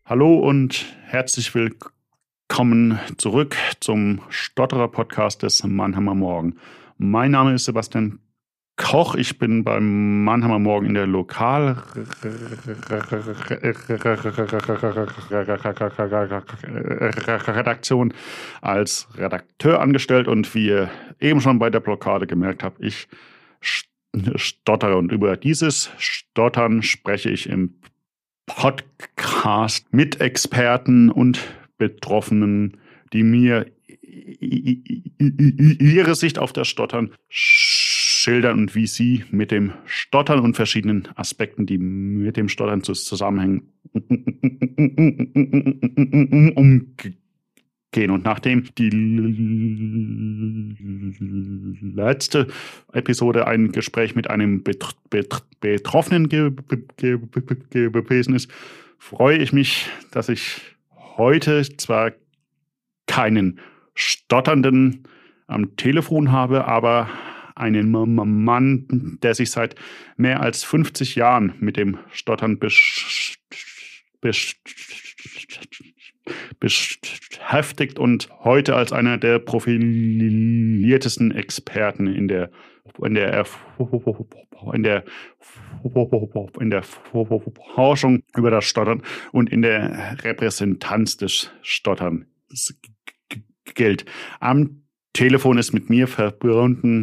Hallo und herzlich willkommen zurück zum Stotterer-Podcast des Mannheimer Morgen. Mein Name ist Sebastian Koch. Ich bin beim Mannheimer Morgen in der Lokalredaktion als Redakteur angestellt und wie ihr eben schon bei der Blockade gemerkt habt, ich stottere und über dieses Stottern spreche ich im Podcast mit Experten und Betroffenen, die mir ihre Sicht auf das Stottern schildern und wie sie mit dem Stottern und verschiedenen Aspekten, die mit dem Stottern zusammenhängen, umgehen. Und nachdem die letzte Episode ein Gespräch mit einem Betroffenen gewesen ist, freue ich mich, dass ich heute zwar keinen Stotternden am Telefon habe, aber einen Mann, der sich seit mehr als 50 Jahren mit dem Stottern beschäftigt und heute als einer der profiliertesten Experten in der Forschung über das Stottern und in der Repräsentanz des Stotterns gilt. Am Telefon ist mit mir verbunden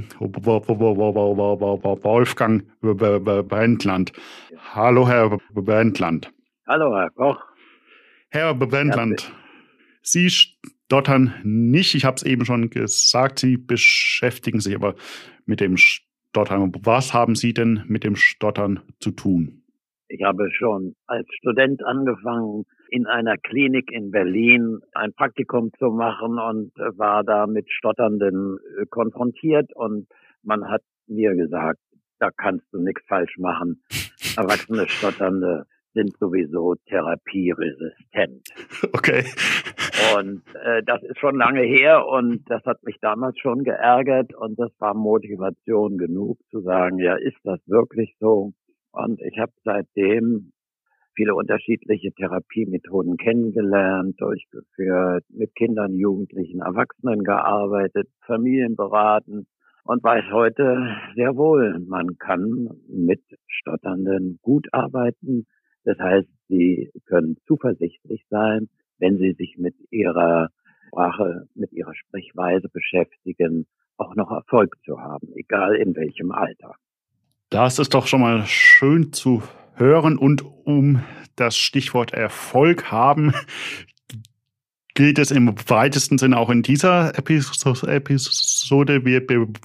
Wolfgang Wendland. Hallo, Herr Wendland. Hallo, Herr Koch. Herr Wendland, Sie stottern nicht. Ich habe es eben schon gesagt, Sie beschäftigen sich aber mit dem Stottern. Was haben Sie denn mit dem Stottern zu tun? Ich habe schon als Student angefangen, in einer Klinik in Berlin ein Praktikum zu machen und war da mit Stotternden konfrontiert. Und man hat mir gesagt, da kannst du nichts falsch machen. Erwachsene Stotternde sind sowieso therapieresistent. Okay. Und das ist schon lange her und das hat mich damals schon geärgert und das war Motivation genug zu sagen, ja, ist das wirklich so? Und ich habe seitdem viele unterschiedliche Therapiemethoden kennengelernt, durchgeführt, mit Kindern, Jugendlichen, Erwachsenen gearbeitet, Familien beraten und weiß heute sehr wohl, man kann mit Stotternden gut arbeiten. Das heißt, sie können zuversichtlich sein, wenn sie sich mit ihrer Sprache, mit ihrer Sprechweise beschäftigen, auch noch Erfolg zu haben, egal in welchem Alter. Das ist doch schon mal schön zu hören. Und um das Stichwort Erfolg haben, gilt es im weitesten Sinne auch in dieser Episode. Wir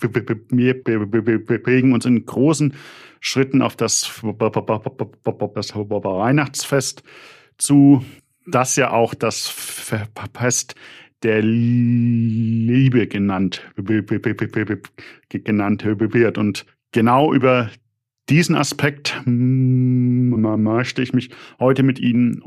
bewegen uns in großen Schritten auf das Weihnachtsfest zu, das ja auch das Fest der Liebe genannt wird. Und genau über diesen Aspekt möchte ich mich heute mit Ihnen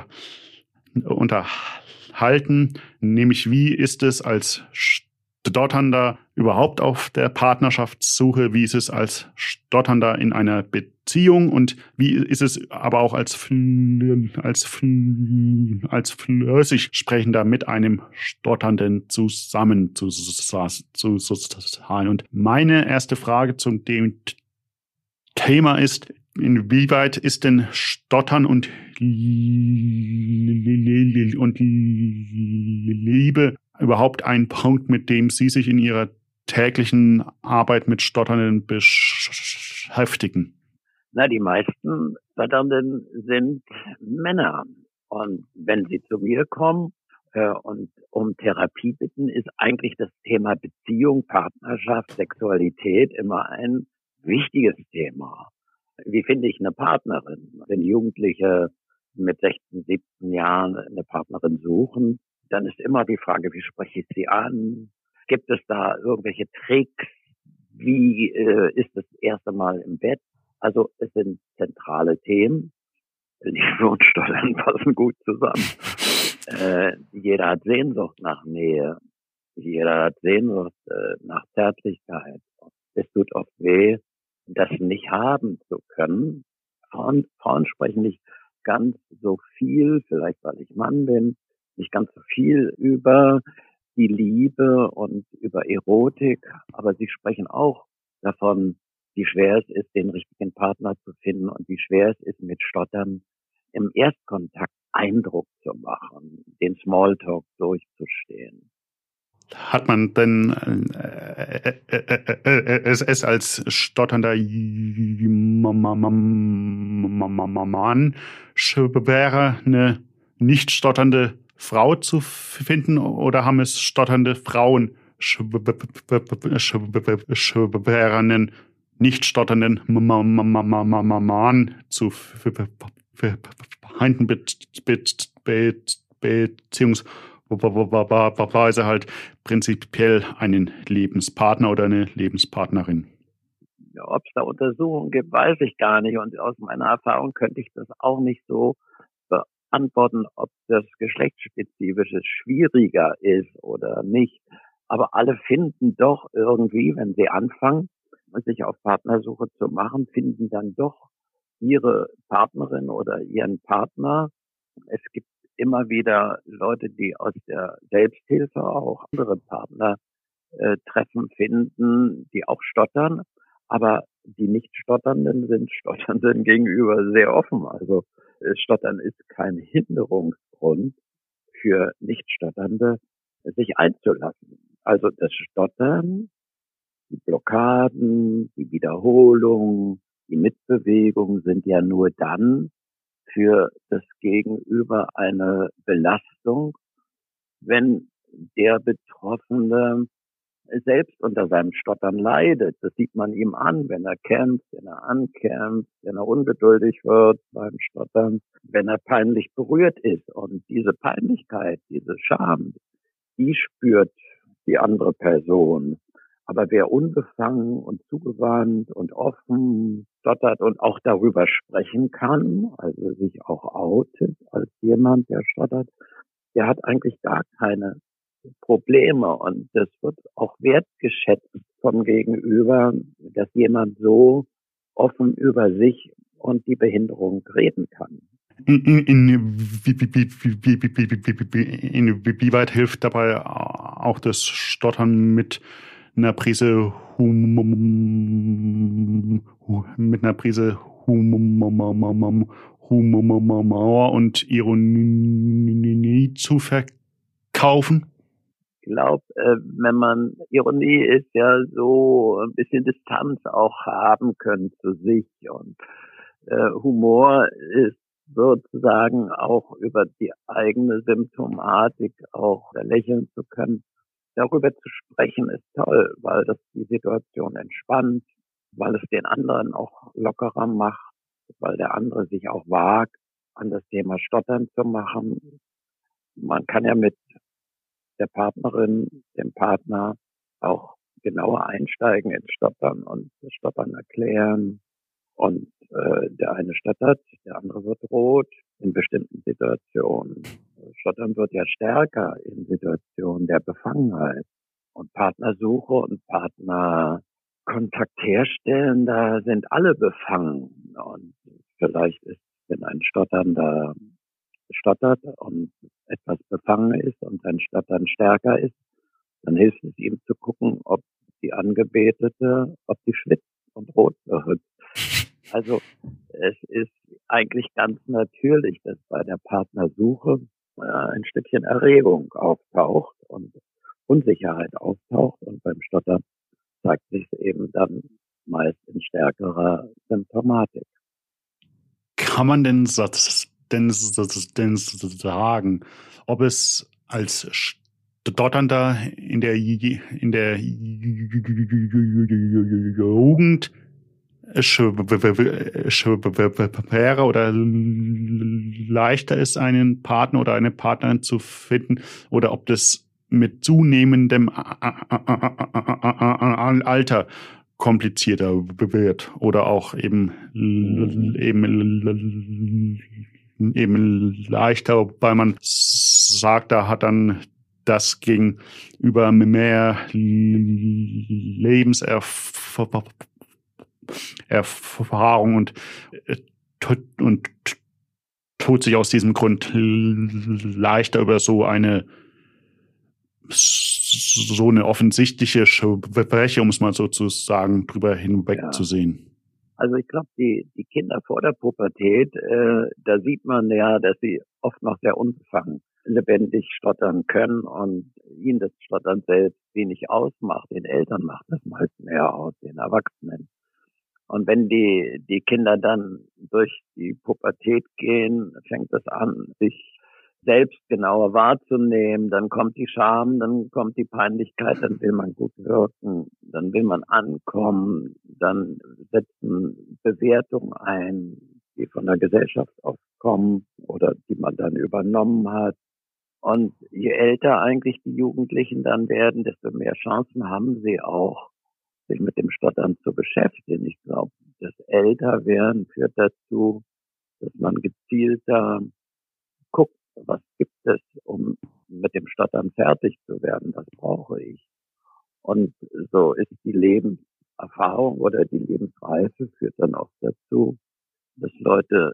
unterhalten, nämlich wie ist es als Stotternder überhaupt auf der Partnerschaftssuche, wie ist es als Stotternder in einer Beziehung und wie ist es aber auch als flüssig Sprechender mit einem Stotternden zusammen zu sein. Und meine erste Frage zu dem Thema ist, inwieweit ist denn Stottern und Liebe überhaupt ein Punkt, mit dem Sie sich in Ihrer täglichen Arbeit mit Stotternden beschäftigen? Na, die meisten Stotternden sind Männer. Und wenn sie zu mir kommen und um Therapie bitten, ist eigentlich das Thema Beziehung, Partnerschaft, Sexualität immer ein wichtiges Thema. Wie finde ich eine Partnerin? Wenn Jugendliche mit 16, 17 Jahren eine Partnerin suchen, dann ist immer die Frage, wie spreche ich sie an? Gibt es da irgendwelche Tricks? Wie ist das erste Mal im Bett? Also es sind zentrale Themen. Liebe und Stottern passen gut zusammen. Jeder hat Sehnsucht nach Nähe. Jeder hat Sehnsucht nach Zärtlichkeit. Es tut oft weh, das nicht haben zu können. Frauen sprechen nicht ganz so viel, vielleicht weil ich Mann bin, nicht ganz so viel über die Liebe und über Erotik, aber sie sprechen auch davon, wie schwer es ist, den richtigen Partner zu finden und wie schwer es ist, mit Stottern im Erstkontakt Eindruck zu machen, den Smalltalk durchzustehen. Hat man denn es als stotternder Mann schwerer, eine nicht stotternde Frau zu finden, oder haben es stotternde Frauen schwerer, einen nicht stotternden Mann zu finden, beziehungsweise halt prinzipiell einen Lebenspartner oder eine Lebenspartnerin? Ja, ob es da Untersuchungen gibt, weiß ich gar nicht. Und aus meiner Erfahrung könnte ich das auch nicht so beantworten, ob das geschlechtsspezifische schwieriger ist oder nicht. Aber alle finden doch irgendwie, wenn sie anfangen, sich auf Partnersuche zu machen, finden dann doch ihre Partnerin oder ihren Partner. Es gibt immer wieder Leute, die aus der Selbsthilfe auch andere Partner treffen, finden, die auch stottern. Aber die Nicht-Stotternden sind Stotternden gegenüber sehr offen. Also Stottern ist kein Hinderungsgrund für Nicht-Stotternde, sich einzulassen. Also das Stottern, die Blockaden, die Wiederholung, die Mitbewegung sind ja nur dann für das Gegenüber eine Belastung, wenn der Betroffene selbst unter seinem Stottern leidet. Das sieht man ihm an, wenn er kämpft, wenn er ankämpft, wenn er ungeduldig wird beim Stottern, wenn er peinlich berührt ist. Und diese Peinlichkeit, diese Scham, die spürt die andere Person. Aber wer unbefangen und zugewandt und offen stottert und auch darüber sprechen kann, also sich auch outet als jemand, der stottert, der hat eigentlich gar keine Probleme. Und das wird auch wertgeschätzt vom Gegenüber, dass jemand so offen über sich und die Behinderung reden kann. Inwieweit hilft dabei auch das Stottern mit einer Prise Humor und Ironie zu verkaufen? Ich glaube, wenn man, Ironie ist ja so ein bisschen Distanz auch haben können zu sich, und Humor ist sozusagen auch über die eigene Symptomatik auch lächeln zu können. Darüber zu sprechen ist toll, weil das die Situation entspannt, weil es den anderen auch lockerer macht, weil der andere sich auch wagt, an das Thema Stottern zu machen. Man kann ja mit der Partnerin, dem Partner auch genauer einsteigen ins Stottern und das Stottern erklären. Und der eine stottert, der andere wird rot in bestimmten Situationen. Stottern wird ja stärker in Situationen der Befangenheit. Und Partnersuche und Partnerkontakt herstellen, da sind alle befangen. Und vielleicht ist, wenn ein Stotternder stottert und etwas befangen ist und sein Stottern stärker ist, dann hilft es ihm zu gucken, ob die Angebetete, ob die schwitzt und rot wird. Also es ist eigentlich ganz natürlich, dass bei der Partnersuche ein Stückchen Erregung auftaucht und Unsicherheit auftaucht, und beim Stottern zeigt sich es eben dann meist in stärkerer Symptomatik. Kann man denn sagen, ob es als Stotternder in der Jugend schwerer oder leichter ist, einen Partner oder eine Partnerin zu finden, oder ob das mit zunehmendem Alter komplizierter wird oder auch eben leichter, weil man sagt, da hat dann das gegenüber mehr Lebenserfahrung und tut sich aus diesem Grund leichter über so eine offensichtliche Schwäche, um es mal so zu sagen, drüber hinwegzusehen. Also ich glaube, die Kinder vor der Pubertät, da sieht man ja, dass sie oft noch sehr unbefangen lebendig stottern können und ihnen das Stottern selbst wenig ausmacht. Den Eltern macht das meist mehr aus, den Erwachsenen. Und wenn die Kinder dann durch die Pubertät gehen, fängt es an, sich selbst genauer wahrzunehmen, dann kommt die Scham, dann kommt die Peinlichkeit, dann will man gut wirken, dann will man ankommen, dann setzen Bewertungen ein, die von der Gesellschaft aufkommen oder die man dann übernommen hat. Und je älter eigentlich die Jugendlichen dann werden, desto mehr Chancen haben sie auch, sich mit dem Stottern zu beschäftigen. Ich glaube, das Älterwerden führt dazu, dass man gezielter guckt, was gibt es, um mit dem Stottern fertig zu werden, was brauche ich. Und so ist die Lebenserfahrung oder die Lebensreife führt dann auch dazu, dass Leute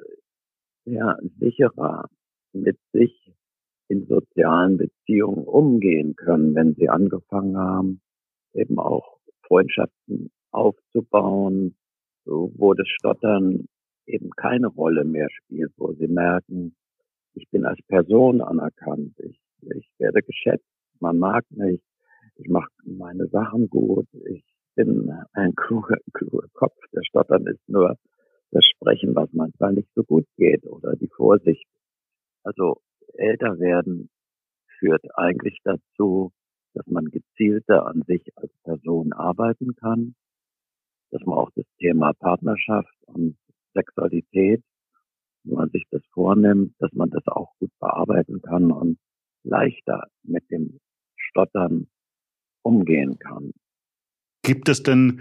ja sicherer mit sich in sozialen Beziehungen umgehen können, wenn sie angefangen haben, eben auch Freundschaften aufzubauen, wo das Stottern eben keine Rolle mehr spielt, wo sie merken, ich bin als Person anerkannt, ich werde geschätzt, man mag mich, ich mache meine Sachen gut, ich bin ein kluger Kopf. Der Stottern ist nur das Sprechen, was manchmal nicht so gut geht oder die Vorsicht. Also älter werden führt eigentlich dazu, dass man gezielter an sich als Person arbeiten kann, dass man auch das Thema Partnerschaft und Sexualität, wenn man sich das vornimmt, dass man das auch gut bearbeiten kann und leichter mit dem Stottern umgehen kann. Gibt es denn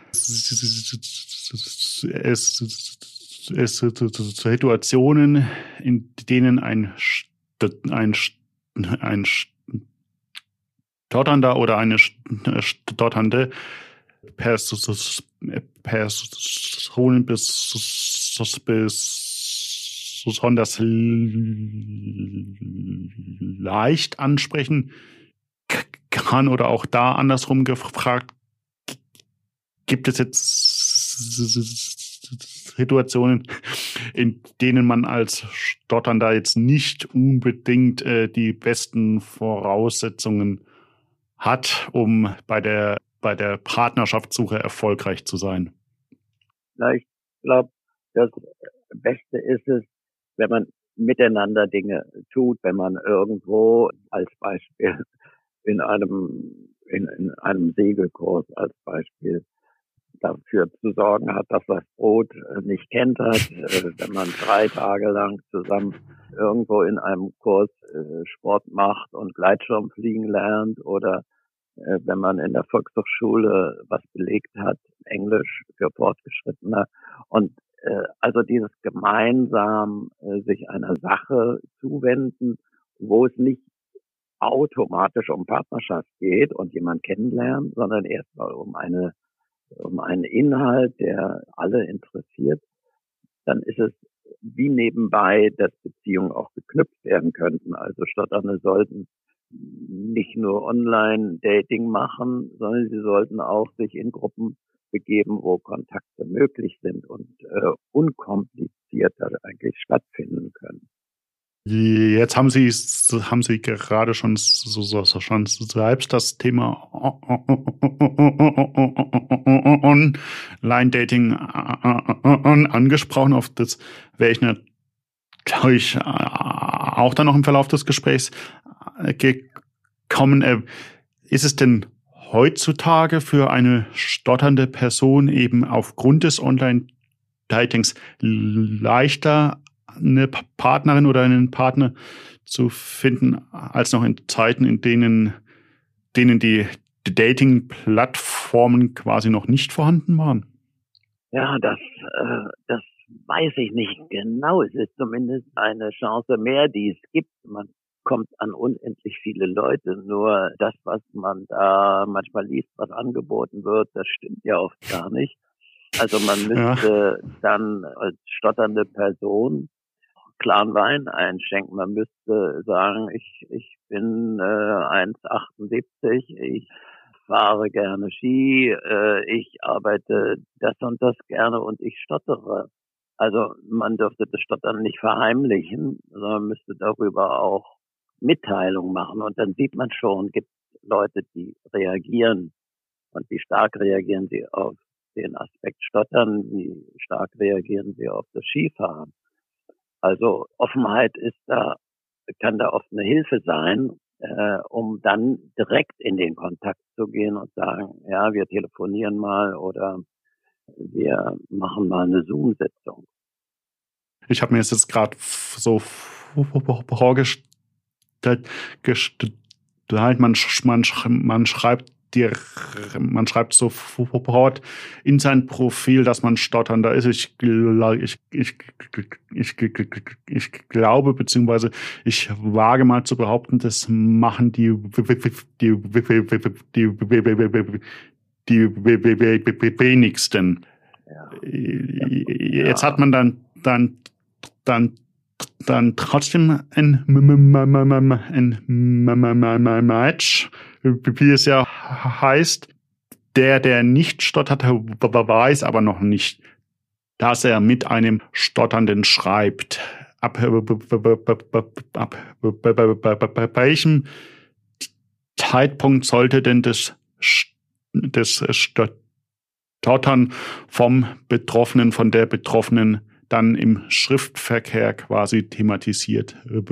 Situationen, in denen ein Stotternder oder eine stotternde Person besonders leicht ansprechen kann, oder auch da andersrum gefragt, gibt es jetzt Situationen, in denen man als Stotternder jetzt nicht unbedingt die besten Voraussetzungen hat, um bei der Partnerschaftssuche erfolgreich zu sein? Na, ich glaube, das Beste ist es, wenn man miteinander Dinge tut, wenn man irgendwo als Beispiel in einem Segelkurs als Beispiel dafür zu sorgen hat, dass das Boot nicht kentert, wenn man 3 Tage lang zusammen irgendwo in einem Kurs Sport macht und Gleitschirmfliegen lernt oder wenn man in der Volkshochschule was belegt hat, Englisch für Fortgeschrittene. Und also dieses gemeinsam sich einer Sache zuwenden, wo es nicht automatisch um Partnerschaft geht und jemand kennenlernen, sondern erstmal um einen Inhalt, der alle interessiert, dann ist es wie nebenbei, dass Beziehungen auch geknüpft werden könnten. Also Stotternde sollten nicht nur Online-Dating machen, sondern sie sollten auch sich in Gruppen begeben, wo Kontakte möglich sind und unkomplizierter eigentlich stattfinden können. Jetzt haben Sie gerade schon selbst das Thema Online-Dating angesprochen. Auf das wäre ich natürlich auch dann noch im Verlauf des Gesprächs gekommen. Ist es denn heutzutage für eine stotternde Person eben aufgrund des Online-Datings leichter, eine Partnerin oder einen Partner zu finden, als noch in Zeiten, in denen die Dating-Plattformen quasi noch nicht vorhanden waren? Ja, das weiß ich nicht genau. Es ist zumindest eine Chance mehr, die es gibt. Man kommt an unendlich viele Leute. Nur das, was man da manchmal liest, was angeboten wird, das stimmt ja oft gar nicht. Also man müsste dann als stotternde Person klaren Wein einschenken. Man müsste sagen, ich bin 1,78, ich fahre gerne Ski, ich arbeite das und das gerne und ich stottere. Also man dürfte das Stottern nicht verheimlichen, sondern müsste darüber auch Mitteilung machen. Und dann sieht man schon, gibt Leute, die reagieren. Und wie stark reagieren sie auf den Aspekt Stottern, wie stark reagieren sie auf das Skifahren. Also Offenheit kann da oft eine Hilfe sein, um dann direkt in den Kontakt zu gehen und sagen, ja, wir telefonieren mal oder wir machen mal eine Zoom-Sitzung. Ich habe mir jetzt gerade so vorgestellt, man schreibt man schreibt sofort in sein Profil, dass man stotternder ist. Ich glaube, beziehungsweise ich wage mal zu behaupten, das machen die wenigsten. Jetzt hat man dann trotzdem ein Match, wie es ja heißt. Der nicht stottert, weiß aber noch nicht, dass er mit einem Stotternden schreibt. Ab welchem Zeitpunkt sollte denn das Stottern vom Betroffenen, von der Betroffenen dann im Schriftverkehr quasi thematisiert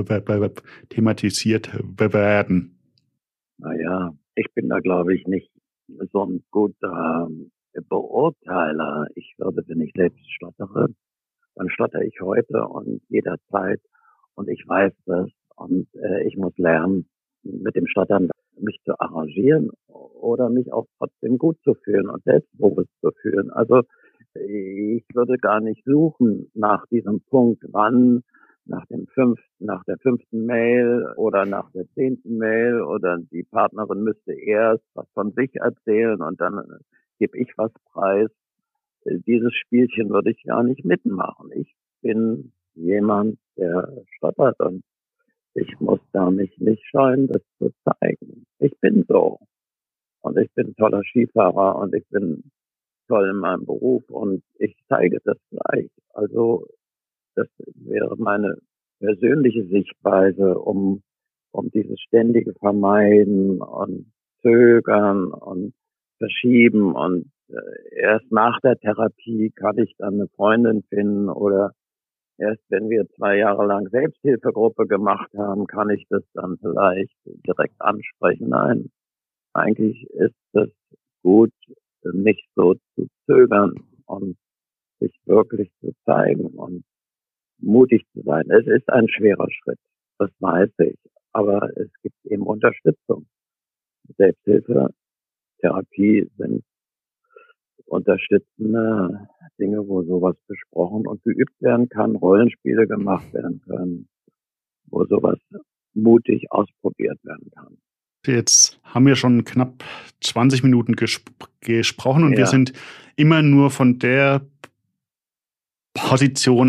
werden? Naja, ich bin da, glaube ich, nicht so ein guter Beurteiler. Ich würde, wenn ich selbst stottere, dann stottere ich heute und jederzeit. Und ich weiß das. Und ich muss lernen, mit dem Stottern mich zu arrangieren oder mich auch trotzdem gut zu fühlen und selbstbewusst zu fühlen. Also ich würde gar nicht suchen nach diesem Punkt, wann, nach der 5. Mail oder nach der 10. Mail oder die Partnerin müsste erst was von sich erzählen und dann gebe ich was preis. Dieses Spielchen würde ich gar nicht mitmachen. Ich bin jemand, der stottert und ich muss da mich nicht scheuen, das zu zeigen. Ich bin so. Und ich bin toller Skifahrer und ich bin toll in meinem Beruf und ich zeige das gleich. Also das wäre meine persönliche Sichtweise, um dieses ständige Vermeiden und Zögern und Verschieben und erst nach der Therapie kann ich dann eine Freundin finden oder erst wenn wir 2 Jahre lang Selbsthilfegruppe gemacht haben, kann ich das dann vielleicht direkt ansprechen. Nein, eigentlich ist es gut, nicht so zu zögern und sich wirklich zu zeigen und mutig zu sein. Es ist ein schwerer Schritt, das weiß ich, aber es gibt eben Unterstützung. Selbsthilfe, Therapie sind unterstützende Dinge, wo sowas besprochen und geübt werden kann, Rollenspiele gemacht werden können, wo sowas mutig ausprobiert werden kann. Jetzt haben wir schon knapp 20 Minuten gesprochen und wir Ja. sind immer nur von der Position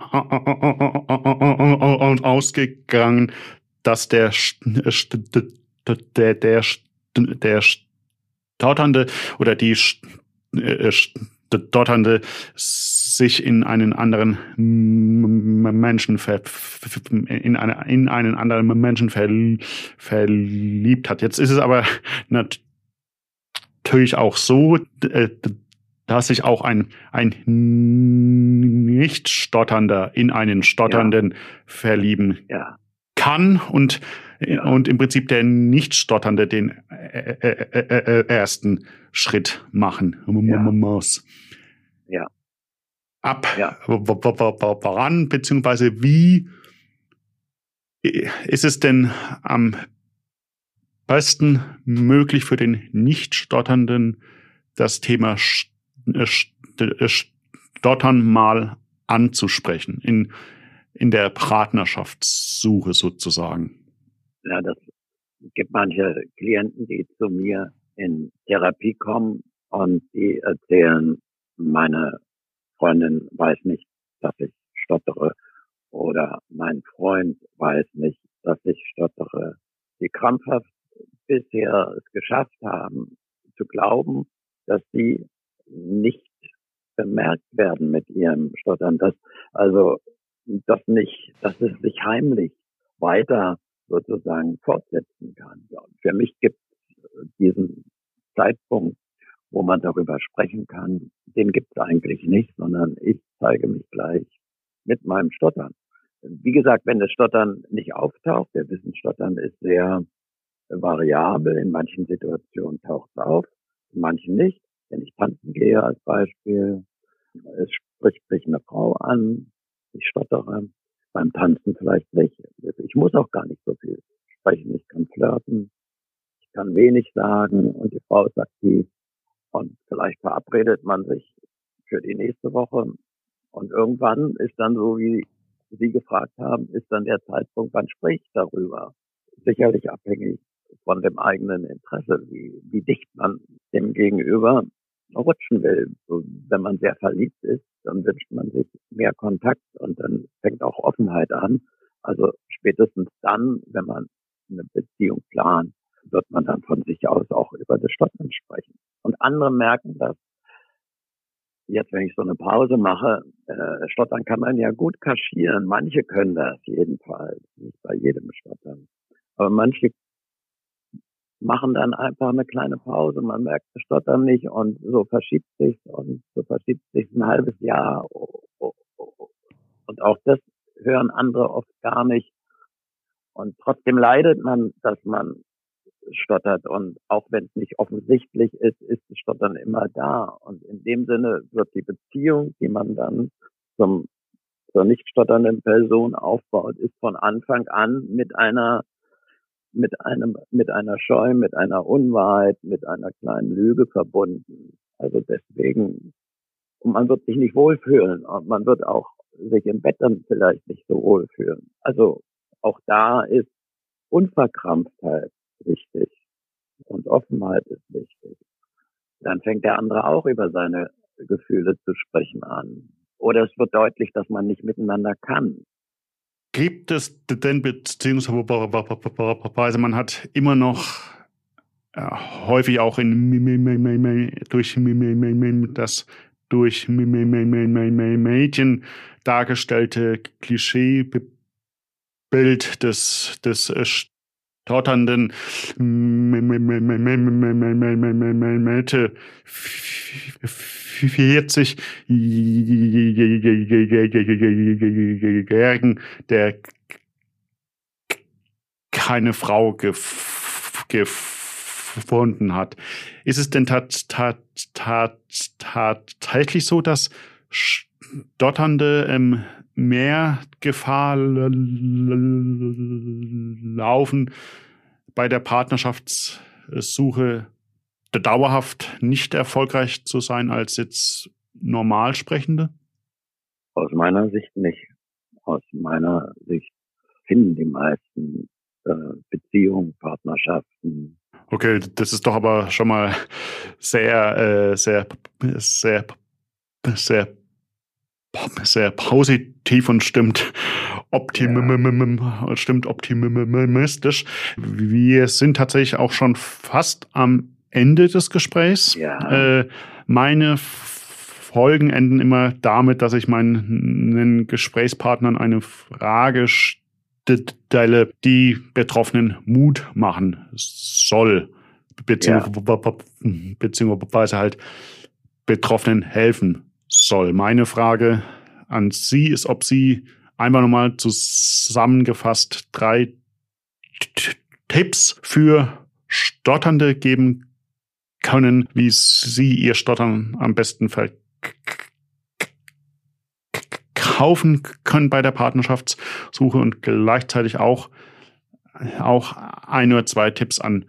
ausgegangen, dass der Stotternde oder die Stotternde sich in einen anderen Menschen in einen anderen Menschen verliebt hat. Jetzt ist es aber natürlich auch so, dass sich auch ein Nicht-Stotternder in einen Stotternden verlieben kann und im Prinzip der Nicht-Stotternde den ersten Schritt machen muss. Ja. Woran beziehungsweise wie ist es denn am besten möglich für den Nicht-Stotternden, das Thema Stottern mal anzusprechen in der Partnerschaftssuche sozusagen? Ja, das gibt manche Klienten, die zu mir in Therapie kommen und die erzählen, meine Freundin weiß nicht, dass ich stottere oder mein Freund weiß nicht, dass ich stottere, die krampfhaft bisher es geschafft haben, zu glauben, dass sie nicht bemerkt werden mit ihrem Stottern, dass es sich heimlich weiter sozusagen fortsetzen kann. Ja, und für mich gibt es diesen Zeitpunkt, wo man darüber sprechen kann, den gibt es eigentlich nicht, sondern ich zeige mich gleich mit meinem Stottern. Wie gesagt, wenn das Stottern nicht auftaucht, der Wissensstottern ist sehr variabel, in manchen Situationen taucht es auf, in manchen nicht. Wenn ich tanzen gehe als Beispiel, es spricht mich eine Frau an, ich stottere, beim Tanzen vielleicht nicht. Ich muss auch gar nicht so viel sprechen, ich kann flirten, ich kann wenig sagen und die Frau ist aktiv und vielleicht verabredet man sich für die nächste Woche und irgendwann ist dann so, wie Sie gefragt haben, ist dann der Zeitpunkt, wann spricht darüber. Sicherlich abhängig von dem eigenen Interesse, wie dicht man dem Gegenüber rutschen will. So, wenn man sehr verliebt ist, dann wünscht man sich mehr Kontakt und dann fängt auch Offenheit an. Also spätestens dann, wenn man eine Beziehung plant, wird man dann von sich aus auch über das Stottern sprechen. Und andere merken das. Jetzt, wenn ich so eine Pause mache, Stottern kann man ja gut kaschieren. Manche können das jedenfalls, nicht bei jedem Stottern. Aber manche machen dann einfach eine kleine Pause. Man merkt das Stottern nicht und so verschiebt sich ein halbes Jahr. Und auch das hören andere oft gar nicht. Und trotzdem leidet man, dass man stottert. Und auch wenn es nicht offensichtlich ist, ist das Stottern immer da. Und in dem Sinne wird die Beziehung, die man dann zur nicht stotternden Person aufbaut, ist von Anfang an mit einer Scheu, mit einer Unwahrheit, mit einer kleinen Lüge verbunden. Also deswegen, und man wird sich nicht wohlfühlen und man wird auch sich im Bett dann vielleicht nicht so wohlfühlen. Also auch da ist Unverkrampftheit wichtig und Offenheit ist wichtig. Dann fängt der andere auch über seine Gefühle zu sprechen an. Oder es wird deutlich, dass man nicht miteinander kann. Gibt es denn beziehungsweise man hat immer noch häufig auch durch Mädchen dargestellte Klischeebild des stotternden Mitte 40-Jährigen, der keine Frau gefunden hat. Ist es denn tatsächlich so, dass Stotternde mehr Gefahr laufen, bei der Partnerschaftssuche dauerhaft nicht erfolgreich zu sein als jetzt Normalsprechende? Aus meiner Sicht nicht. Aus meiner Sicht finden die meisten Beziehungen, Partnerschaften. Okay, das ist doch aber schon mal sehr positiv und stimmt optimistisch. Wir sind tatsächlich auch schon fast am Ende des Gesprächs. Ja. Meine Folgen enden immer damit, dass ich meinen Gesprächspartnern eine Frage stelle, die Betroffenen Mut machen soll, beziehungsweise halt Betroffenen helfen soll. Meine Frage an Sie ist, ob Sie einmal nochmal zusammengefasst 3 Tipps für Stotternde geben können, wie Sie Ihr Stottern am besten verkaufen können bei der Partnerschaftssuche und gleichzeitig auch 1 oder 2 Tipps an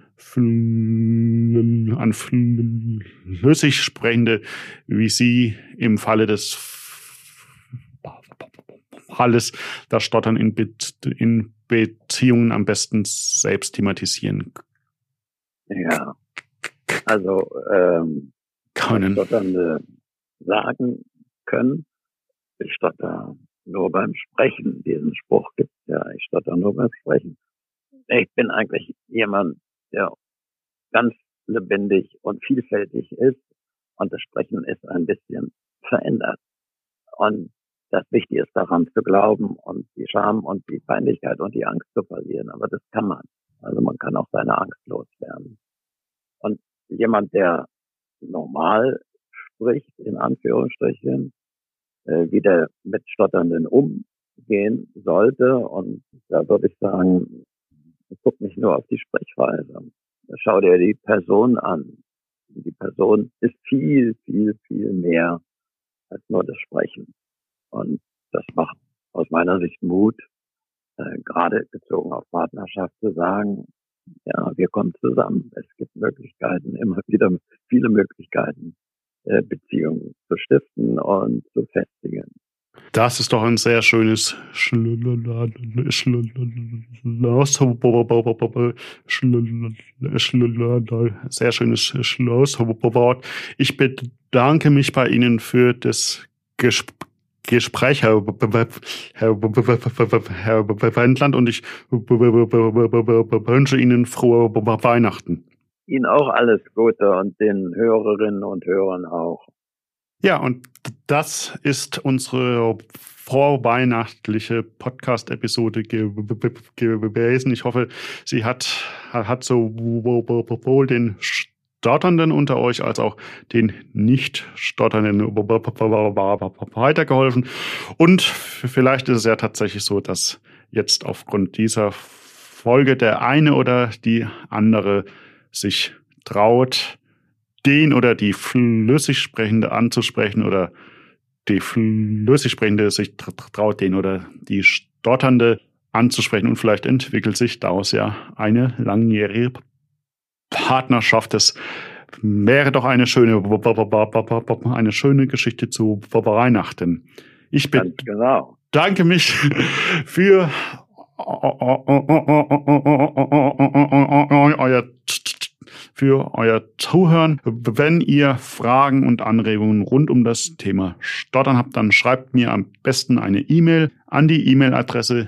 flüssig Sprechende, wie Sie im Falle des Falles das Stottern in Beziehungen am besten selbst thematisieren. Ja, also können. Stotternde sagen können, ich stotter nur beim Sprechen. Diesen Spruch gibt's ja, ich stotter nur beim Sprechen. Ich bin eigentlich jemand, der ganz lebendig und vielfältig ist und das Sprechen ist ein bisschen verändert. Und das Wichtige ist daran zu glauben und die Scham und die Peinlichkeit und die Angst zu verlieren. Aber das kann man. Also man kann auch seine Angst loswerden. Und jemand, der normal spricht, in Anführungsstrichen, wieder mit Stotternden umgehen sollte. Und da würde ich sagen, guck nicht nur auf die Sprechweise. Schau dir die Person an. Die Person ist viel, viel, viel mehr als nur das Sprechen. Und das macht aus meiner Sicht Mut, gerade bezogen auf Partnerschaft zu sagen, ja, wir kommen zusammen. Es gibt Möglichkeiten, immer wieder viele Möglichkeiten, Beziehungen zu stiften und zu festigen. Das ist doch ein sehr schönes sehr schönes Schlusswort. Ich bedanke mich bei Ihnen für das Gespräch, Herr Wendland, und ich wünsche Ihnen frohe Weihnachten. Ihnen auch alles Gute und den Hörerinnen und Hörern auch. Ja, und das ist unsere vorweihnachtliche Podcast-Episode gewesen. Ich hoffe, sie hat sowohl den Stotternden unter euch als auch den Nicht-Stotternden weitergeholfen. Und vielleicht ist es ja tatsächlich so, dass jetzt aufgrund dieser Folge der eine oder die andere sich traut, den oder die flüssig Sprechende anzusprechen oder die flüssig Sprechende sich traut, den oder die Stotternde anzusprechen, und vielleicht entwickelt sich daraus ja eine langjährige Partnerschaft. Das wäre doch eine schöne Geschichte zu Weihnachten. Ich bedanke mich für euer Zuhören. Wenn ihr Fragen und Anregungen rund um das Thema Stottern habt, dann schreibt mir am besten eine E-Mail an die E-Mail-Adresse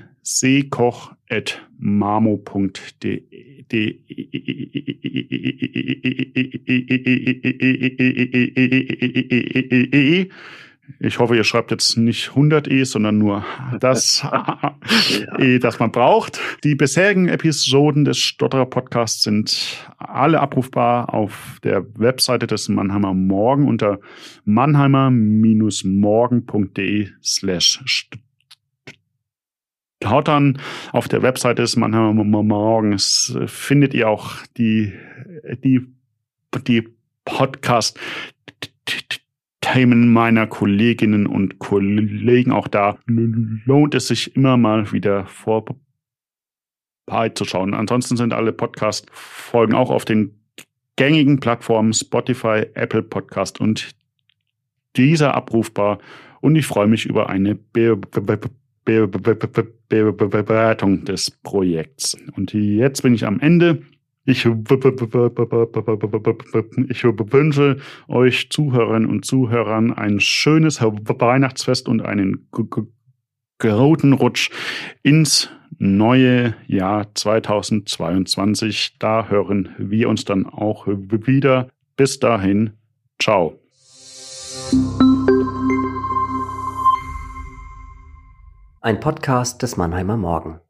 seekoch@mamo.de. Ich hoffe, ihr schreibt jetzt nicht 100 E, sondern nur das E, das man braucht. Die bisherigen Episoden des Stotterer Podcasts sind alle abrufbar auf der Webseite des Mannheimer Morgen unter mannheimer-morgen.de/stottern. Auf der Webseite des Mannheimer Morgens findet ihr auch die Podcast Themen meiner Kolleginnen und Kollegen. Auch da lohnt es sich immer mal wieder vorbeizuschauen. Ansonsten sind alle Podcast-Folgen auch auf den gängigen Plattformen Spotify, Apple Podcast und dieser abrufbar. Und ich freue mich über eine Bewertung des Projekts. Und jetzt bin ich am Ende. Ich wünsche euch Zuhörerinnen und Zuhörern ein schönes Weihnachtsfest und einen guten Rutsch ins neue Jahr 2022. Da hören wir uns dann auch wieder. Bis dahin, ciao. Ein Podcast des Mannheimer Morgen.